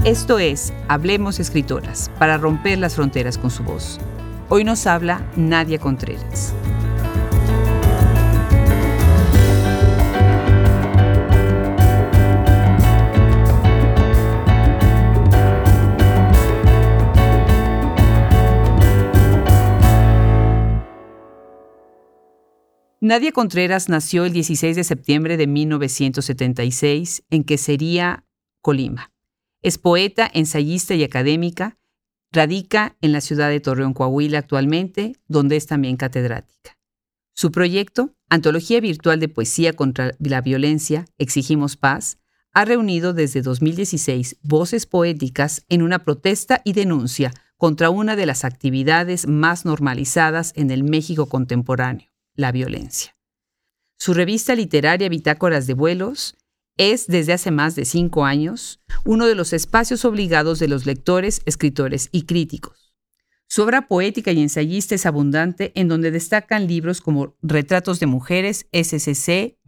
Esto es Hablemos Escritoras, para romper las fronteras con su voz. Hoy nos habla Nadia Contreras. Nadia Contreras nació el 16 de septiembre de 1976 en Quesería, Colima. Es poeta, ensayista y académica. Radica en la ciudad de Torreón, Coahuila actualmente, donde es también catedrática. Su proyecto, Antología Virtual de Poesía contra la Violencia, Exigimos Paz, ha reunido desde 2016 voces poéticas en una protesta y denuncia contra una de las actividades más normalizadas en el México contemporáneo, la violencia. Su revista literaria Bitácoras de Vuelos es, desde hace más de 5 años, uno de los espacios obligados de los lectores, escritores y críticos. Su obra poética y ensayista es abundante, en donde destacan libros como Retratos de Mujeres, SCC,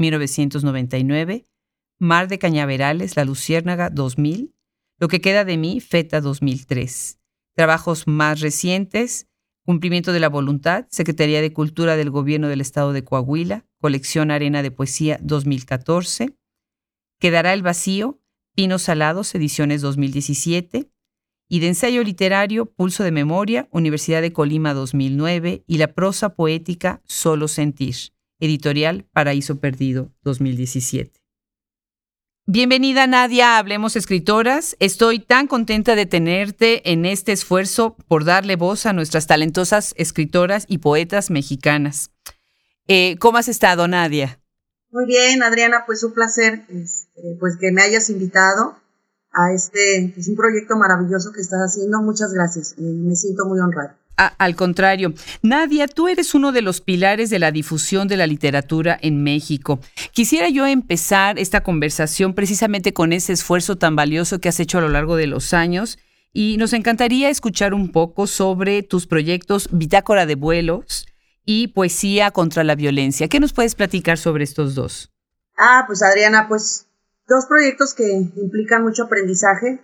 1999, Mar de Cañaverales, La Luciérnaga, 2000, Lo que queda de mí, Feta, 2003. Trabajos más recientes, Cumplimiento de la Voluntad, Secretaría de Cultura del Gobierno del Estado de Coahuila, Colección Arena de Poesía, 2014. Quedará el vacío, Pinos Salados, ediciones 2017, y de ensayo literario, Pulso de Memoria, Universidad de Colima 2009, y la prosa poética Solo Sentir, editorial Paraíso Perdido 2017. Bienvenida, Nadia, a Hablemos Escritoras. Estoy tan contenta de tenerte en este esfuerzo por darle voz a nuestras talentosas escritoras y poetas mexicanas. ¿Cómo has estado, Nadia? Muy bien, Adriana, pues un placer pues que me hayas invitado a pues un proyecto maravilloso que estás haciendo. Muchas gracias, me siento muy honrada. Al contrario. Nadia, tú eres uno de los pilares de la difusión de la literatura en México. Quisiera yo empezar esta conversación precisamente con ese esfuerzo tan valioso que has hecho a lo largo de los años, y nos encantaría escuchar un poco sobre tus proyectos Bitácora de Vuelos y Poesía contra la Violencia. ¿Qué nos puedes platicar sobre estos dos? Pues Adriana, pues dos proyectos que implican mucho aprendizaje.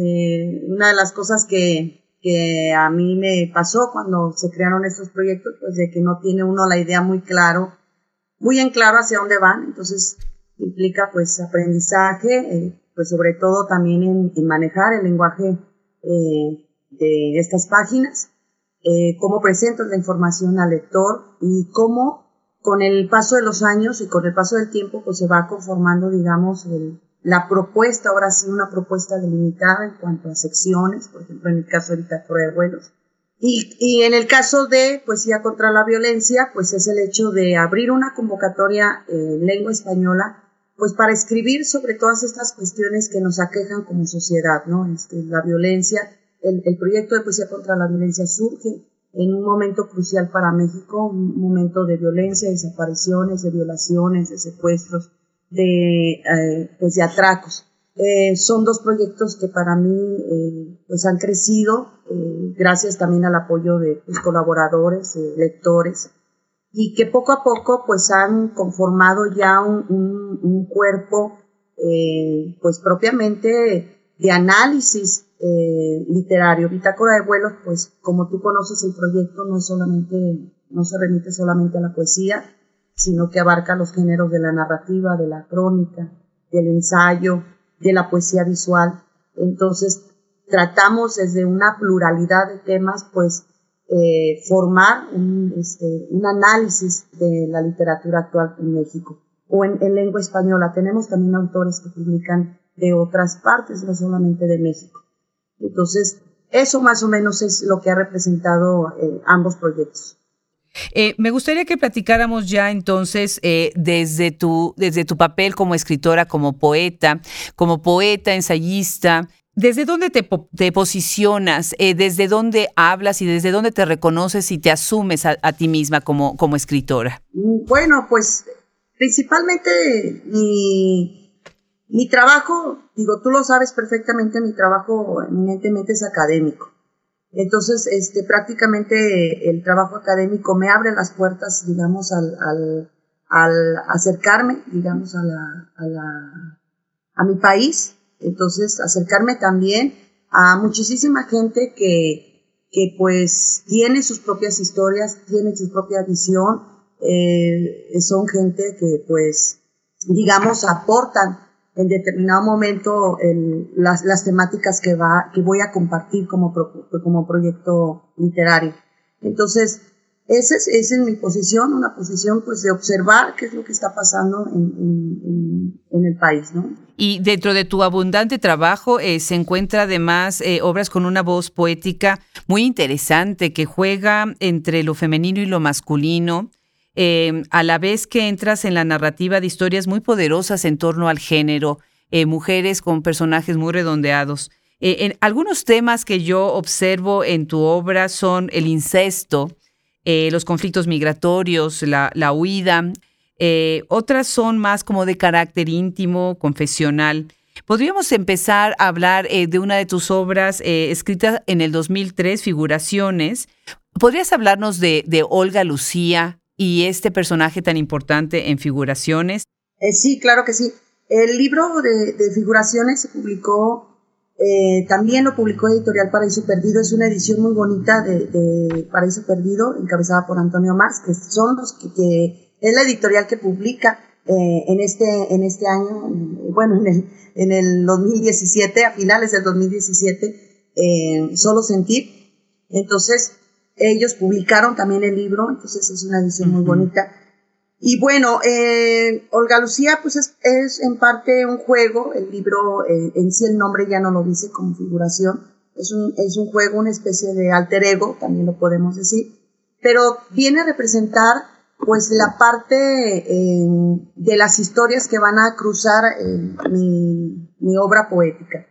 Una de las cosas que a mí me pasó cuando se crearon estos proyectos, pues de que no tiene uno la idea muy en claro hacia dónde van. Entonces implica pues aprendizaje, pues sobre todo también en manejar el lenguaje de estas páginas. Cómo presentas la información al lector y cómo con el paso de los años y con el paso del tiempo pues se va conformando, digamos, la propuesta, ahora sí una propuesta delimitada en cuanto a secciones, por ejemplo en el caso de Bitácora de Vuelos. Y en el caso de Poesía contra la Violencia, pues es el hecho de abrir una convocatoria en lengua española, pues para escribir sobre todas estas cuestiones que nos aquejan como sociedad, ¿no? La violencia. El proyecto de Poesía contra la Violencia surge en un momento crucial para México, un momento de violencia, de desapariciones, de violaciones, de secuestros, de atracos. Son dos proyectos que para mí pues han crecido gracias también al apoyo de colaboradores, lectores, y que poco a poco pues han conformado ya un cuerpo pues propiamente de análisis literario. Bitácora de Vuelos, pues como tú conoces el proyecto, no se remite solamente a la poesía, sino que abarca los géneros de la narrativa, de la crónica, del ensayo, de la poesía visual. Entonces tratamos desde una pluralidad de temas pues formar un análisis de la literatura actual en México o en lengua española. Tenemos también autores que publican de otras partes, no solamente de México. Entonces, eso más o menos es lo que ha representado ambos proyectos. Me gustaría que platicáramos ya entonces desde tu papel como escritora, como poeta, ensayista. ¿Desde dónde te posicionas? ¿Desde dónde hablas y desde dónde te reconoces y te asumes a ti misma como escritora? Bueno, pues principalmente mi trabajo, digo, tú lo sabes perfectamente, mi trabajo eminentemente es académico. Entonces, prácticamente el trabajo académico me abre las puertas, digamos, al acercarme, digamos, a mi país, Entonces, acercarme también a muchísima gente que pues tiene sus propias historias, tiene su propia visión, son gente que pues, digamos, aportan en determinado momento las temáticas que voy a compartir como proyecto literario. Entonces, esa es mi posición, una posición pues de observar qué es lo que está pasando en el país, ¿no? Y dentro de tu abundante trabajo se encuentra además obras con una voz poética muy interesante que juega entre lo femenino y lo masculino, a la vez que entras en la narrativa de historias muy poderosas en torno al género, mujeres con personajes muy redondeados. En algunos temas que yo observo en tu obra son el incesto, los conflictos migratorios, la huida. Otras son más como de carácter íntimo, confesional. Podríamos empezar a hablar de una de tus obras escrita en el 2003, Figuraciones. ¿Podrías hablarnos de Olga Lucía y este personaje tan importante en Figuraciones? Sí, claro que sí. El libro de Figuraciones se publicó, también lo publicó Editorial Paraíso Perdido. Es una edición muy bonita de Paraíso Perdido, encabezada por Antonio Marx, que son los que es la editorial que publica en este año, bueno, en el 2017, a finales del 2017, Solo Sentir. Entonces, ellos publicaron también el libro, entonces es una edición muy bonita. Y bueno, Olga Lucía pues es en parte un juego. El libro en sí, el nombre ya no lo dice como figuración, es un juego, una especie de alter ego, también lo podemos decir, pero viene a representar pues la parte de las historias que van a cruzar mi obra poética.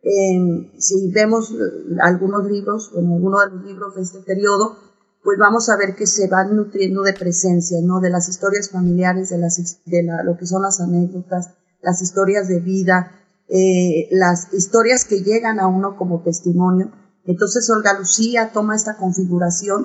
Si vemos algunos libros, bueno, algunos de los libros de este periodo, pues vamos a ver que se van nutriendo de presencia, ¿no? De las historias familiares, lo que son las anécdotas, las historias de vida, las historias que llegan a uno como testimonio. Entonces Olga Lucía toma esta configuración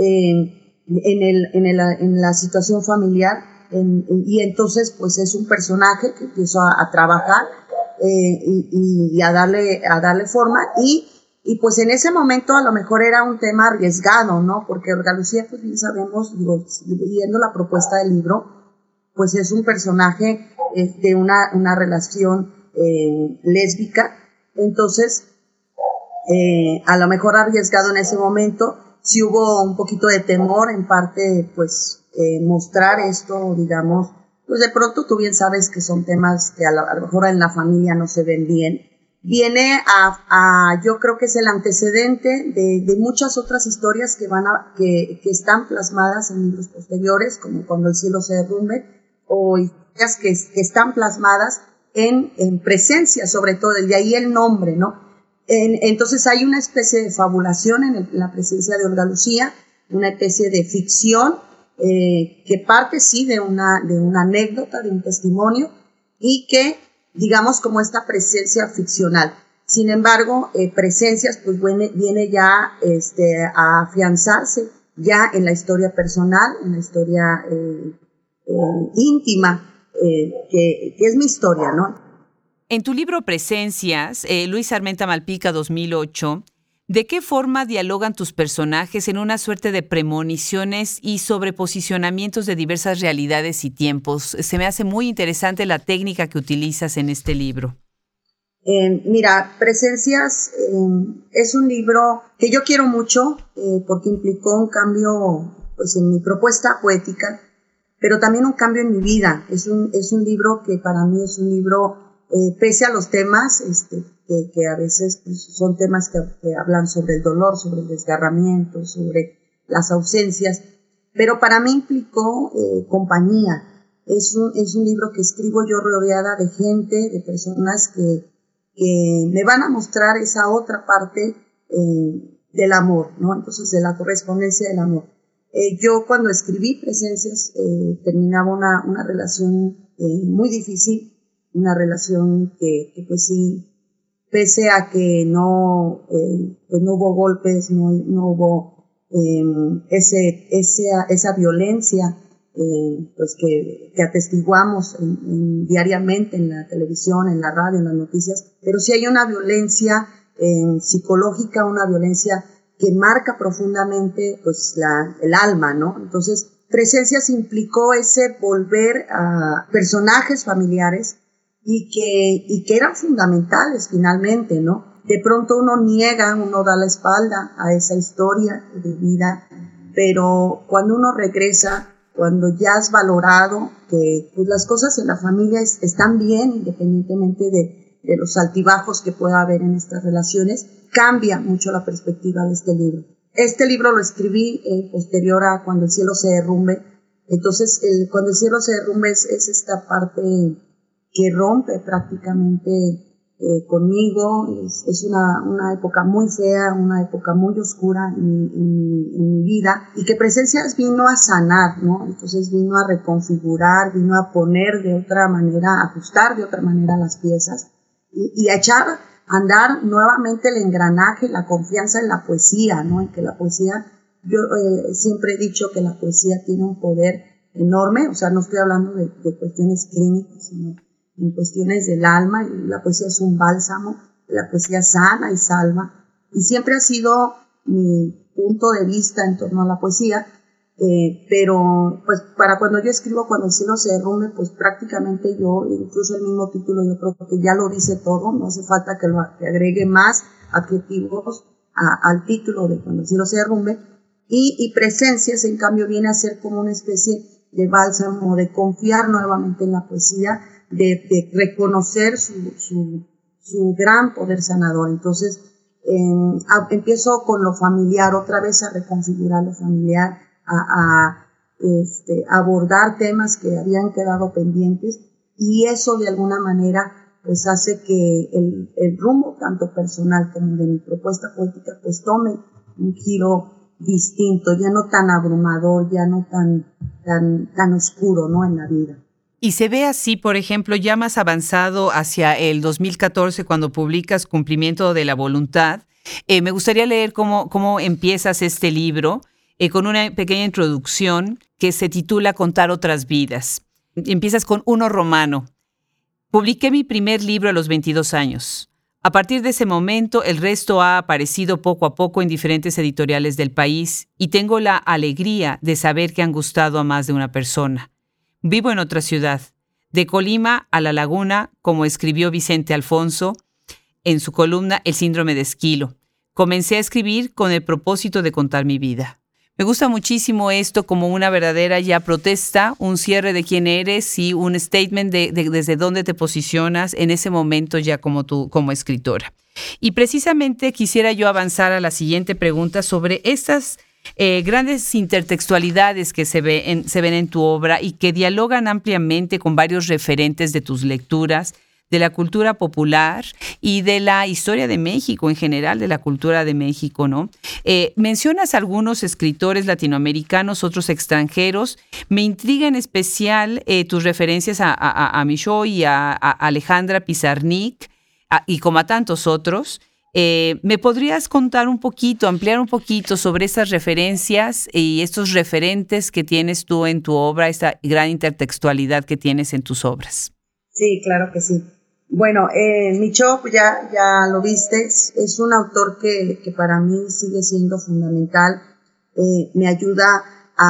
en la situación familiar, y entonces pues es un personaje que empezó a trabajar y a darle forma, y pues en ese momento a lo mejor era un tema arriesgado, ¿no? Porque Olga Lucía, pues bien sabemos, viendo la propuesta del libro, pues es un personaje de una relación lésbica. Entonces, a lo mejor arriesgado en ese momento. Sí hubo un poquito de temor, en parte, pues, mostrar esto, digamos, pues de pronto tú bien sabes que son temas que a lo mejor en la familia no se ven bien. Viene yo creo que es el antecedente de muchas otras historias que están plasmadas en libros posteriores, como Cuando el cielo se derrumbe, o historias que están plasmadas en presencia, sobre todo, de ahí el nombre, ¿no? Entonces hay una especie de fabulación en la presencia de Olga Lucía, una especie de ficción que parte sí de una anécdota, de un testimonio, y que digamos como esta presencia ficcional. Sin embargo, presencias pues viene ya a afianzarse ya en la historia personal, en la historia íntima, que es mi historia, ¿no? En tu libro Presencias, Luis Armenta Malpica 2008, ¿de qué forma dialogan tus personajes en una suerte de premoniciones y sobreposicionamientos de diversas realidades y tiempos? Se me hace muy interesante la técnica que utilizas en este libro. Mira, Presencias es un libro que yo quiero mucho porque implicó un cambio pues, en mi propuesta poética, pero también un cambio en mi vida. Es un libro que para mí es un libro, pese a los temas, que a veces pues, son temas que hablan sobre el dolor, sobre el desgarramiento, sobre las ausencias, pero para mí implicó compañía. Es un libro que escribo yo rodeada de gente, de personas que me van a mostrar esa otra parte del amor, ¿no? Entonces, de la correspondencia del amor. Yo cuando escribí Presencias terminaba una relación muy difícil, una relación que pues sí, pese a que pues no hubo golpes, no hubo esa violencia pues que atestiguamos diariamente en la televisión, en la radio, en las noticias, pero sí hay una violencia psicológica, una violencia que marca profundamente pues el alma, ¿no? Entonces, Presencias implicó ese volver a personajes familiares y que eran fundamentales finalmente, ¿no? De pronto uno niega, uno da la espalda a esa historia de vida, pero cuando uno regresa, cuando ya has valorado que pues, las cosas en la familia están bien, independientemente de los altibajos que pueda haber en estas relaciones, cambia mucho la perspectiva de este libro. Este libro lo escribí posterior a Cuando el cielo se derrumbe. Entonces, Cuando el cielo se derrumbe es esta parte que rompe prácticamente conmigo. Es una época muy fea, una época muy oscura en mi vida, y que Presencias vino a sanar, ¿no? Entonces vino a reconfigurar, vino a poner de otra manera, a ajustar de otra manera las piezas y a echar andar nuevamente el engranaje, la confianza en la poesía, ¿no? En que la poesía, yo siempre he dicho que la poesía tiene un poder enorme, o sea, no estoy hablando de cuestiones clínicas, sino en cuestiones del alma, y la poesía es un bálsamo, la poesía sana y salva, y siempre ha sido mi punto de vista en torno a la poesía, pero pues para cuando yo escribo Cuando el cielo se derrumbe, pues prácticamente yo, incluso el mismo título yo creo que ya lo dice todo, no hace falta que agregue más adjetivos al título de Cuando el cielo se derrumbe, y Presencias en cambio viene a ser como una especie de bálsamo, de confiar nuevamente en la poesía, de reconocer su gran poder sanador. Entonces empiezo con lo familiar, otra vez a reconfigurar lo familiar, a abordar temas que habían quedado pendientes, y eso de alguna manera pues hace que el rumbo tanto personal como de mi propuesta poética pues tome un giro distinto, ya no tan abrumador, ya no tan oscuro, ¿no? En la vida. Y se ve así, por ejemplo, ya más avanzado hacia el 2014, cuando publicas Cumplimiento de la Voluntad. Me gustaría leer cómo empiezas este libro, con una pequeña introducción que se titula Contar otras vidas. Empiezas con Uno Romano. Publiqué mi primer libro a los 22 años. A partir de ese momento, el resto ha aparecido poco a poco en diferentes editoriales del país y tengo la alegría de saber que han gustado a más de una persona. Vivo en otra ciudad, de Colima a La Laguna, como escribió Vicente Alfonso en su columna El síndrome de Esquilo. Comencé a escribir con el propósito de contar mi vida. Me gusta muchísimo esto como una verdadera ya protesta, un cierre de quién eres y un statement de desde dónde te posicionas en ese momento ya como escritora. Y precisamente quisiera yo avanzar a la siguiente pregunta sobre estas grandes intertextualidades que se ven en tu obra y que dialogan ampliamente con varios referentes de tus lecturas, de la cultura popular y de la historia de México en general, de la cultura de México, ¿no? Mencionas algunos escritores latinoamericanos, otros extranjeros. Me intriga en especial tus referencias a Michaud y a Alejandra Pizarnik y como a tantos otros. ¿Me podrías contar un poquito, ampliar un poquito sobre estas referencias y estos referentes que tienes tú en tu obra, esta gran intertextualidad que tienes en tus obras? Sí, claro que sí. Bueno, Michaud, ya lo viste, es un autor que para mí sigue siendo fundamental. Me ayuda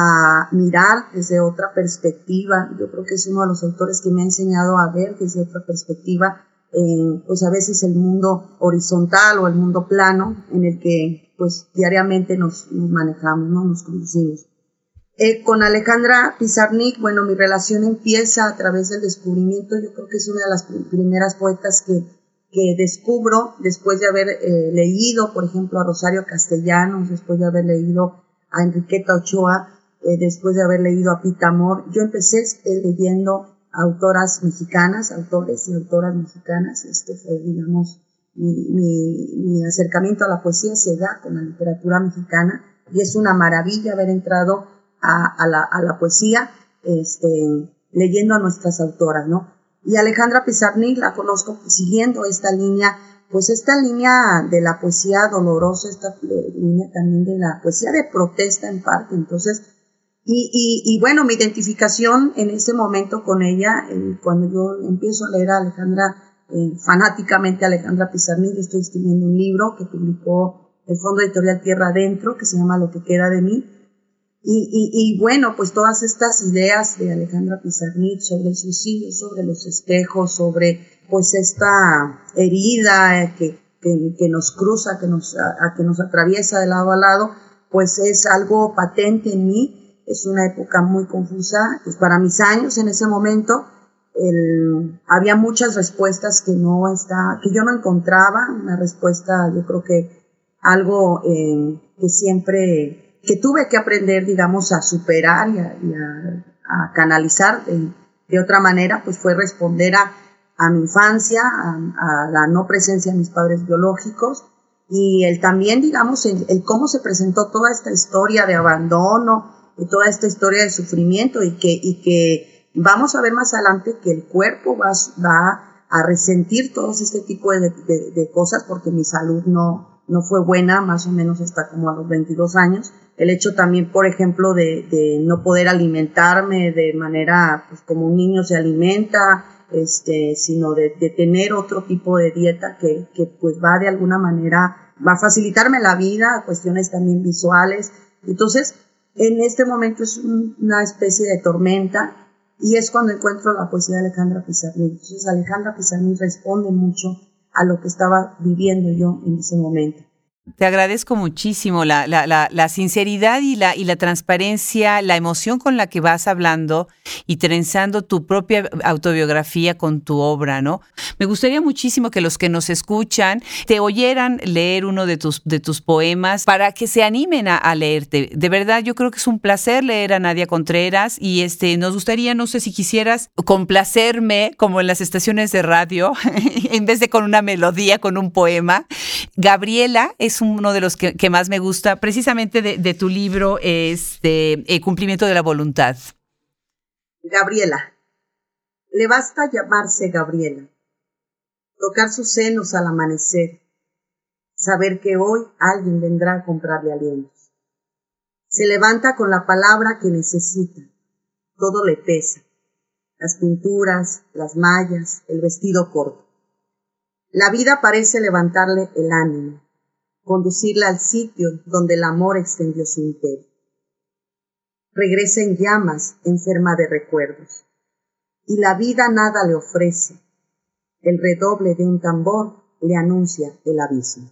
a mirar desde otra perspectiva. Yo creo que es uno de los autores que me ha enseñado a ver desde otra perspectiva, pues a veces el mundo horizontal o el mundo plano en el que pues diariamente nos manejamos, ¿no? Nos conducimos. Con Alejandra Pizarnik, bueno, mi relación empieza a través del descubrimiento. Yo creo que es una de las primeras poetas que descubro después de haber leído, por ejemplo, a Rosario Castellanos, después de haber leído a Enriqueta Ochoa, después de haber leído a Pita Amor. Yo empecé leyendo autoras mexicanas, autores y autoras mexicanas. Este fue, digamos, mi acercamiento a la poesía se da con la literatura mexicana, y es una maravilla haber entrado a la poesía leyendo a nuestras autoras, ¿no? Y Alejandra Pizarnik la conozco siguiendo esta línea de la poesía dolorosa, esta línea también de la poesía de protesta en parte. Entonces, Y bueno, mi identificación en ese momento con ella, cuando yo empiezo a leer a Alejandra, fanáticamente a Alejandra Pizarnik, yo estoy escribiendo un libro que publicó el Fondo Editorial Tierra Adentro, que se llama Lo que queda de mí. Y bueno, pues todas estas ideas de Alejandra Pizarnik sobre el suicidio, sobre los espejos, sobre pues esta herida que nos cruza, que nos atraviesa de lado a lado, pues es algo patente en mí. Es una época muy confusa, pues para mis años en ese momento había muchas respuestas que yo no encontraba, una respuesta, yo creo que algo que tuve que aprender, digamos, a superar y a canalizar de otra manera, pues fue responder a mi infancia, a la no presencia de mis padres biológicos, y también, digamos, el cómo se presentó toda esta historia de abandono, y toda esta historia de sufrimiento, y que vamos a ver más adelante que el cuerpo va a resentir todo este tipo de cosas, porque mi salud no fue buena, más o menos hasta como a los 22 años. El hecho también, por ejemplo, de no poder alimentarme de manera pues como un niño se alimenta, sino de tener otro tipo de dieta que pues va de alguna manera, va a facilitarme la vida, cuestiones también visuales. Entonces, en este momento es una especie de tormenta, y es cuando encuentro la poesía de Alejandra Pizarnik. Entonces Alejandra Pizarnik responde mucho a lo que estaba viviendo yo en ese momento. Te agradezco muchísimo la sinceridad y la transparencia, la emoción con la que vas hablando y trenzando tu propia autobiografía con tu obra, ¿no? Me gustaría muchísimo que los que nos escuchan te oyeran leer uno de tus poemas para que se animen a leerte. De verdad, yo creo que es un placer leer a Nadia Contreras, y nos gustaría, no sé si quisieras complacerme como en las estaciones de radio, en vez de con una melodía, con un poema. Gabriela es uno de los que más me gusta, precisamente de tu libro, Cumplimiento de la Voluntad. Gabriela. Le basta llamarse Gabriela, tocar sus senos al amanecer, saber que hoy alguien vendrá a comprarle alientos. Se levanta con la palabra que necesita, todo le pesa, las pinturas, las mallas, el vestido corto. La vida parece levantarle el ánimo, conducirla al sitio donde el amor extendió su imperio. Regresa en llamas, enferma de recuerdos, y la vida nada le ofrece. El redoble de un tambor le anuncia el abismo.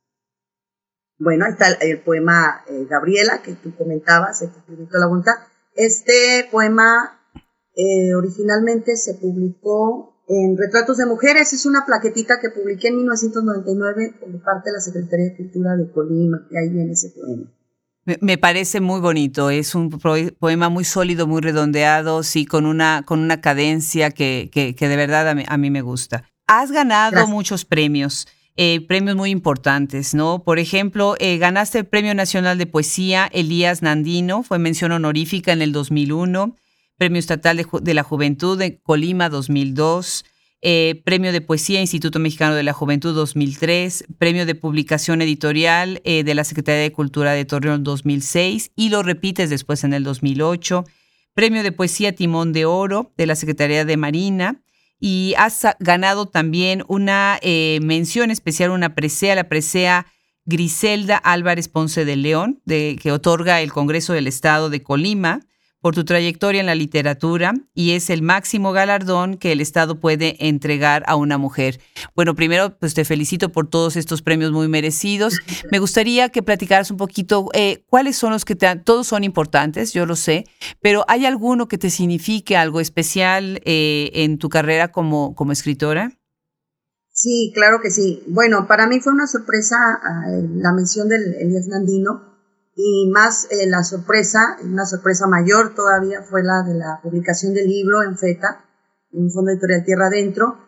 Bueno, ahí está el poema Gabriela, que tú comentabas, el Cumplimiento de la Voluntad. Este poema originalmente se publicó en Retratos de Mujeres. Es una plaquetita que publiqué en 1999 por parte de la Secretaría de Cultura de Colima, y ahí viene ese poema. Me parece muy bonito, es un poema muy sólido, muy redondeado, sí, con una cadencia que de verdad a mí me gusta. Has ganado Gracias. Muchos premios, premios muy importantes, ¿no? Por ejemplo, ganaste el Premio Nacional de Poesía Elías Nandino, fue mención honorífica en el 2001, Premio Estatal de la Juventud de Colima 2002, Premio de Poesía Instituto Mexicano de la Juventud 2003, Premio de Publicación Editorial de la Secretaría de Cultura de Torreón 2006, y lo repites después en el 2008, Premio de Poesía Timón de Oro de la Secretaría de Marina, y has ganado también una mención especial, una presea, la presea Griselda Álvarez Ponce de León, que otorga el Congreso del Estado de Colima, por tu trayectoria en la literatura, y es el máximo galardón que el Estado puede entregar a una mujer. Bueno, primero, pues te felicito por todos estos premios muy merecidos. Me gustaría que platicaras un poquito cuáles son los que todos son importantes, yo lo sé, pero ¿hay alguno que te signifique algo especial en tu carrera como escritora? Sí, claro que sí. Bueno, para mí fue una sorpresa la mención del Elías Nandino, y más una sorpresa mayor todavía fue la de la publicación del libro en FETA, en el Fondo Editorial Tierra Adentro,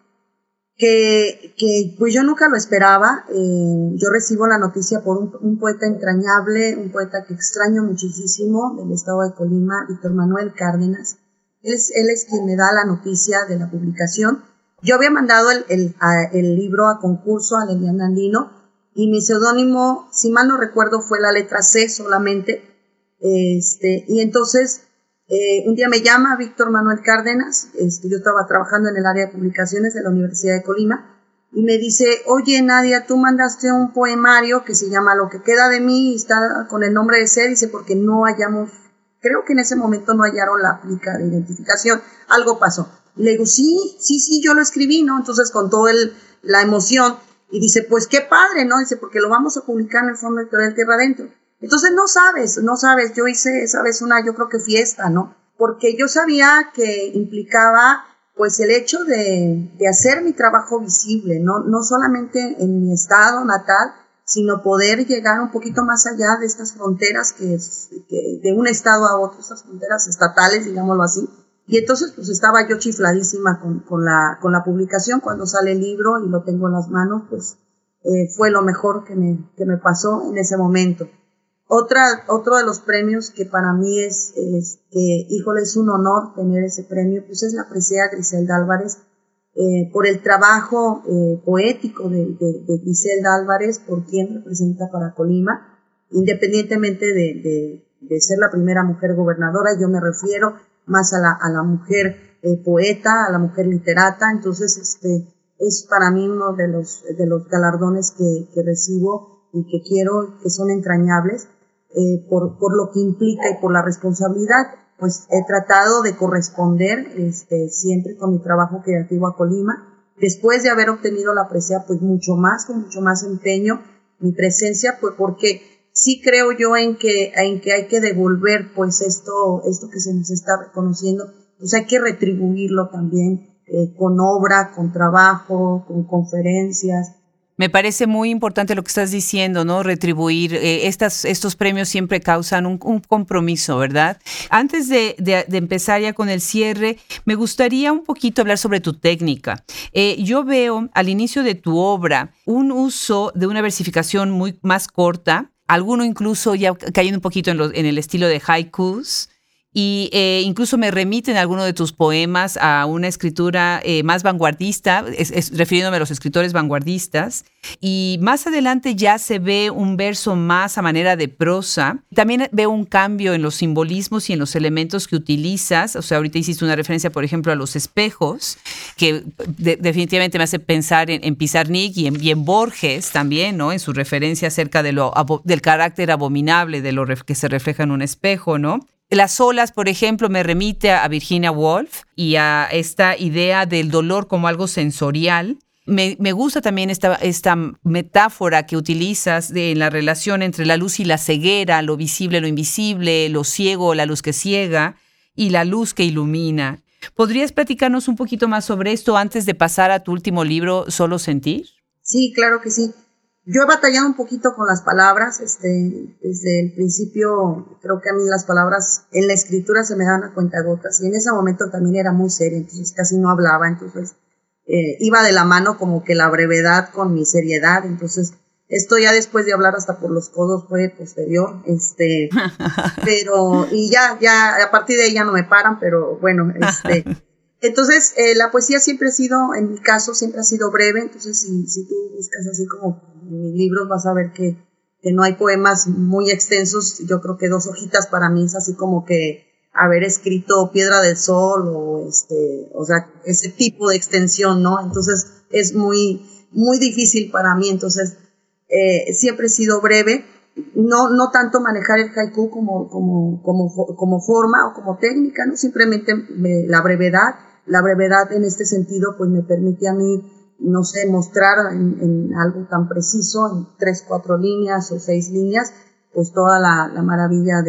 que pues yo nunca lo esperaba. Yo recibo la noticia por un poeta entrañable, un poeta que extraño muchísimo, del estado de Colima, Víctor Manuel Cárdenas. Él es quien me da la noticia de la publicación. Yo había mandado el libro a concurso a Elías Nandino, y mi seudónimo, si mal no recuerdo, fue la letra C solamente, Y entonces, un día me llama Víctor Manuel Cárdenas, yo estaba trabajando en el área de publicaciones de la Universidad de Colima, y me dice, oye Nadia, tú mandaste un poemario que se llama Lo que queda de mí, y está con el nombre de C, dice, porque no hallamos, creo que en ese momento no hallaron la plica de identificación, algo pasó. Y le digo, sí, yo lo escribí, ¿no? Entonces con toda la emoción, y dice, pues qué padre, ¿no? Dice, porque lo vamos a publicar en el Fondo Editorial Tierra Adentro. Entonces no sabes, yo hice esa vez yo creo que fiesta, ¿no? Porque yo sabía que implicaba pues el hecho de hacer mi trabajo visible, no solamente en mi estado natal, sino poder llegar un poquito más allá de estas fronteras que de un estado a otro, estas fronteras estatales, digámoslo así. Y entonces pues estaba yo chifladísima con la publicación. Cuando sale el libro y lo tengo en las manos, pues fue lo mejor que me pasó en ese momento. Otro de los premios que para mí es que, híjole, es un honor tener ese premio, pues es la presea Griselda Álvarez, por el trabajo poético de Griselda Álvarez, por quien representa para Colima, independientemente de ser la primera mujer gobernadora. Yo me refiero más a la mujer poeta, a la mujer literata. Entonces es para mí uno de los galardones que recibo y que quiero, que son entrañables. Por lo que implica y por la responsabilidad, pues he tratado de corresponder siempre con mi trabajo creativo a Colima. Después de haber obtenido la presea, pues con mucho más empeño, mi presencia, pues porque sí creo yo en que hay que devolver pues esto que se nos está reconociendo, pues hay que retribuirlo también con obra, con trabajo, con conferencias. Me parece muy importante lo que estás diciendo, ¿no? Retribuir. Estos premios siempre causan un compromiso, ¿verdad? Antes de empezar ya con el cierre, me gustaría un poquito hablar sobre tu técnica. Yo veo al inicio de tu obra un uso de una versificación muy más corta, alguno incluso ya cayendo un poquito en el estilo de haikus. Y incluso me remiten algunos de tus poemas a una escritura más vanguardista, refiriéndome a los escritores vanguardistas. Y más adelante ya se ve un verso más a manera de prosa. También veo un cambio en los simbolismos y en los elementos que utilizas. O sea, ahorita hiciste una referencia, por ejemplo, a los espejos, que definitivamente me hace pensar en Pizarnik y en Borges también, ¿no? En su referencia acerca del carácter abominable de lo que se refleja en un espejo, ¿no? Las olas, por ejemplo, me remite a Virginia Woolf y a esta idea del dolor como algo sensorial. Me gusta también esta metáfora que utilizas en la relación entre la luz y la ceguera, lo visible, lo invisible, lo ciego, la luz que ciega y la luz que ilumina. ¿Podrías platicarnos un poquito más sobre esto antes de pasar a tu último libro, Solo Sentir? Sí, claro que sí. Yo he batallado un poquito con las palabras, desde el principio. Creo que a mí las palabras en la escritura se me dan a cuentagotas, y en ese momento también era muy seria, entonces casi no hablaba. Entonces iba de la mano como que la brevedad con mi seriedad. Entonces esto ya después de hablar hasta por los codos fue posterior, pero y ya a partir de ahí ya no me paran, pero bueno, Entonces, la poesía siempre ha sido, en mi caso, siempre ha sido breve. Entonces, si tú buscas así como en mis libros, vas a ver que no hay poemas muy extensos. Yo creo que 2 hojitas para mí es así como que haber escrito Piedra del Sol o sea, ese tipo de extensión, ¿no? Entonces, es muy, muy difícil para mí. Entonces, siempre he sido breve. No tanto manejar el haiku como forma o como técnica, ¿no? Simplemente la brevedad. La brevedad en este sentido pues me permite a mí, no sé, mostrar en algo tan preciso, en 3, 4 líneas o 6 líneas, pues toda la maravilla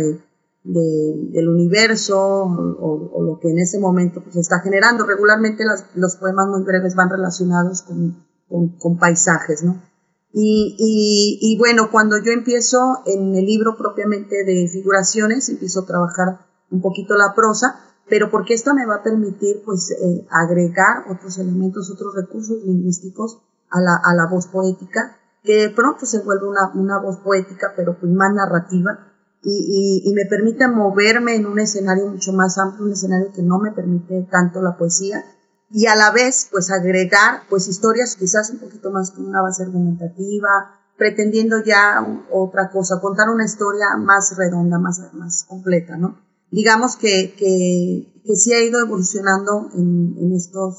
del universo o lo que en ese momento pues está generando. Regularmente los poemas muy breves van relacionados con paisajes, ¿no? Y bueno, cuando yo empiezo en el libro propiamente de figuraciones, empiezo a trabajar un poquito la prosa, pero porque esto me va a permitir pues agregar otros elementos, otros recursos lingüísticos a la voz poética, que de pronto se vuelve una voz poética, pero pues más narrativa, y me permite moverme en un escenario mucho más amplio, un escenario que no me permite tanto la poesía, y a la vez pues agregar pues historias quizás un poquito más con una base argumentativa, pretendiendo ya otra cosa, contar una historia más redonda, más completa, ¿no? Digamos que sí ha ido evolucionando en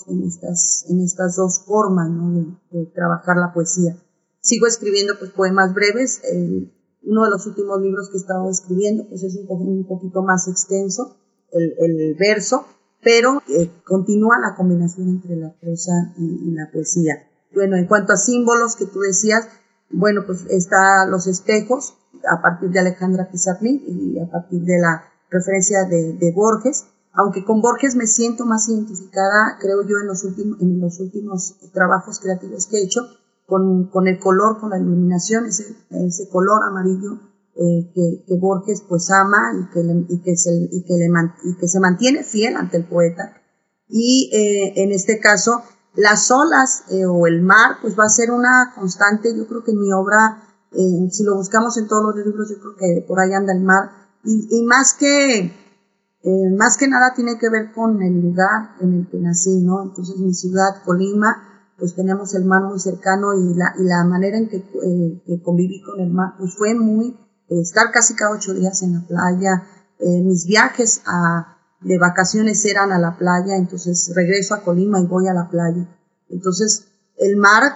estas dos formas, ¿no? de trabajar la poesía. Sigo escribiendo pues poemas breves. Uno de los últimos libros que he estado escribiendo pues es un poquito más extenso, el verso, pero continúa la combinación entre la prosa y la poesía. Bueno, en cuanto a símbolos que tú decías, bueno, pues está Los espejos, a partir de Alejandra Pizarnik y a partir de la referencia de Borges, aunque con Borges me siento más identificada, creo yo, en los últimos trabajos creativos que he hecho, con el color, con la iluminación, ese color amarillo que Borges pues ama y que se mantiene fiel ante el poeta. Y en este caso, las olas o el mar pues va a ser una constante. Yo creo que en mi obra, si lo buscamos en todos los libros, yo creo que por ahí anda el mar, y más que nada tiene que ver con el lugar en el que nací, ¿no? Entonces mi ciudad, Colima, pues tenemos el mar muy cercano, y la manera en que conviví con el mar pues fue muy estar casi cada 8 días en la playa. Mis viajes de vacaciones eran a la playa, entonces regreso a Colima y voy a la playa. Entonces el mar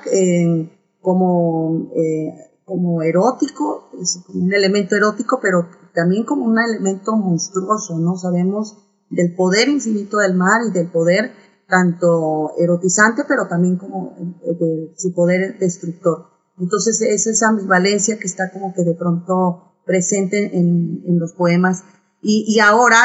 como erótico, es como un elemento erótico, pero también como un elemento monstruoso, ¿no? Sabemos del poder infinito del mar y del poder tanto erotizante, pero también como de su poder destructor. Entonces es esa ambivalencia que está como que de pronto presente en los poemas. Y ahora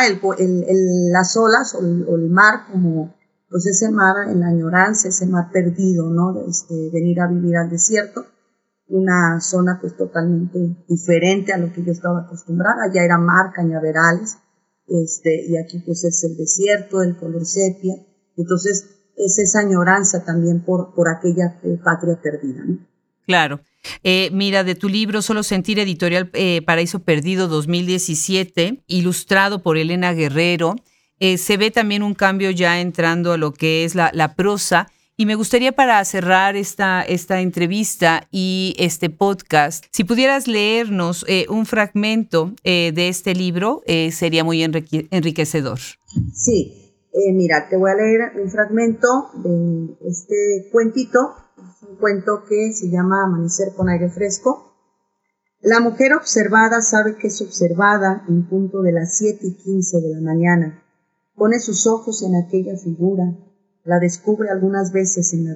las olas o el mar, como pues ese mar en la añoranza, ese mar perdido, ¿no? Venir a vivir al desierto, una zona pues totalmente diferente a lo que yo estaba acostumbrada. Ya era mar, cañaverales, y aquí pues es el desierto, el color sepia. Entonces es esa añoranza también por aquella patria perdida, ¿no? Claro. Mira, de tu libro Solo Sentir, editorial Paraíso Perdido 2017, ilustrado por Elena Guerrero, se ve también un cambio ya entrando a lo que es la prosa. Y me gustaría, para cerrar esta entrevista y este podcast, si pudieras leernos un fragmento de este libro, sería muy enriquecedor. Sí, mira, te voy a leer un fragmento de este cuentito. Es un cuento que se llama Amanecer con aire fresco. La mujer observada sabe que es observada en punto de las 7:15 de la mañana. Pone sus ojos en aquella figura. La descubre algunas veces en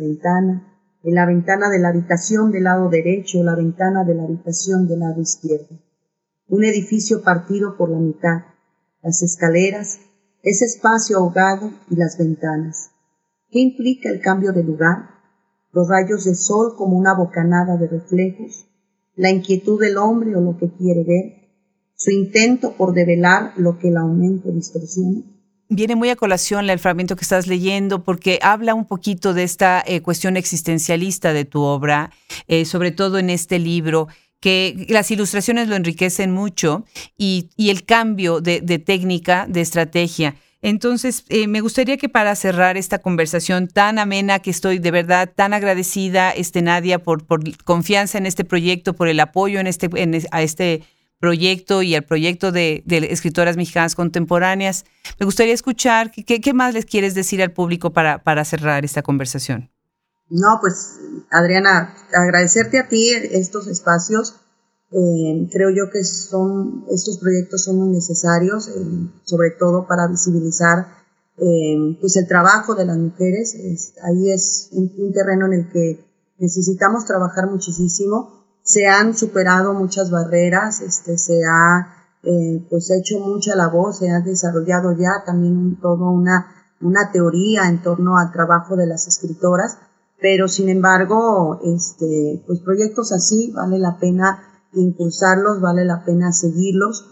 la ventana de la habitación del lado derecho, la ventana de la habitación del lado izquierdo. Un edificio partido por la mitad, las escaleras, ese espacio ahogado y las ventanas. ¿Qué implica el cambio de lugar? Los rayos de sol como una bocanada de reflejos, la inquietud del hombre o lo que quiere ver, su intento por develar lo que el aumento distorsiona. Viene muy a colación el fragmento que estás leyendo, porque habla un poquito de esta cuestión existencialista de tu obra, sobre todo en este libro, que las ilustraciones lo enriquecen mucho, y el cambio de técnica, de estrategia. Entonces, me gustaría que, para cerrar esta conversación tan amena, que estoy de verdad tan agradecida, Nadia, por confianza en este proyecto, por el apoyo a este proyecto y al proyecto de escritoras mexicanas contemporáneas. Me gustaría escuchar qué más les quieres decir al público para cerrar esta conversación. No, pues Adriana, agradecerte a ti estos espacios. Creo yo que estos proyectos son muy necesarios, sobre todo para visibilizar pues el trabajo de las mujeres. Ahí es un terreno en el que necesitamos trabajar muchísimo. Se han superado muchas barreras, se ha pues hecho mucha labor, se ha desarrollado ya también toda una teoría en torno al trabajo de las escritoras, pero sin embargo pues proyectos así vale la pena impulsarlos, vale la pena seguirlos,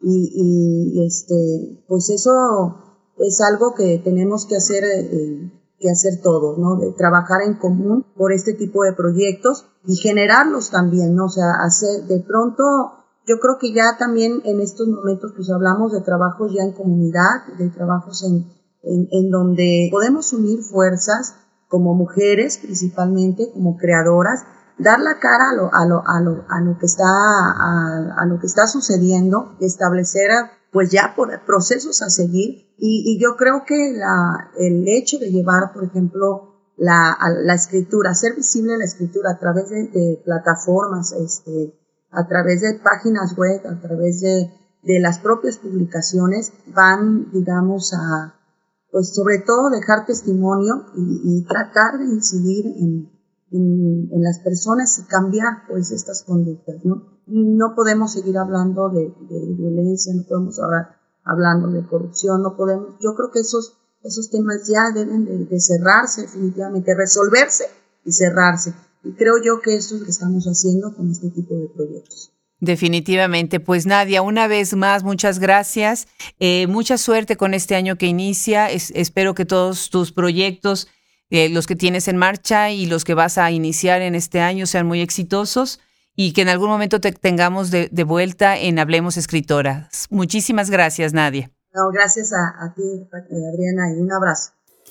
y pues eso es algo que tenemos que hacer todos, ¿no? De trabajar en común por este tipo de proyectos y generarlos también, ¿no? O sea, de pronto, yo creo que ya también en estos momentos pues hablamos de trabajos ya en comunidad, de trabajos en donde podemos unir fuerzas como mujeres principalmente, como creadoras, dar la cara a lo que está sucediendo, establecer pues ya por procesos a seguir, y yo creo que el hecho de llevar, por ejemplo, la escritura, hacer visible la escritura a través de plataformas, a través de páginas web, a través de las propias publicaciones, van, digamos, pues sobre todo dejar testimonio y tratar de incidir en las personas y cambiar pues estas conductas, ¿no? No podemos seguir hablando de violencia, no podemos hablando de corrupción, no podemos, yo creo que esos temas ya deben de cerrarse definitivamente, resolverse y cerrarse. Y creo yo que eso es lo que estamos haciendo con este tipo de proyectos. Definitivamente. Pues Nadia, una vez más, muchas gracias. Mucha suerte con este año que inicia. Espero que todos tus proyectos, los que tienes en marcha y los que vas a iniciar en este año, sean muy exitosos y que en algún momento te tengamos de vuelta en Hablemos Escritoras. Muchísimas gracias, Nadia. No, gracias a ti, Adriana, y un abrazo.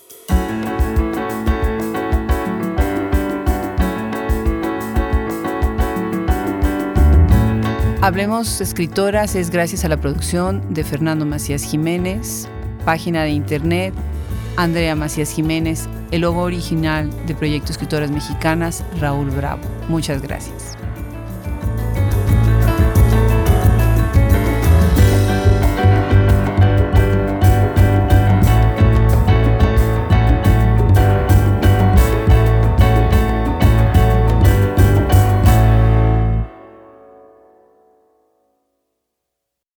Hablemos Escritoras es gracias a la producción de Fernando Macías Jiménez, página de internet Andrea Macías Jiménez, el logo original de Proyecto Escritoras Mexicanas, Raúl Bravo. Muchas gracias.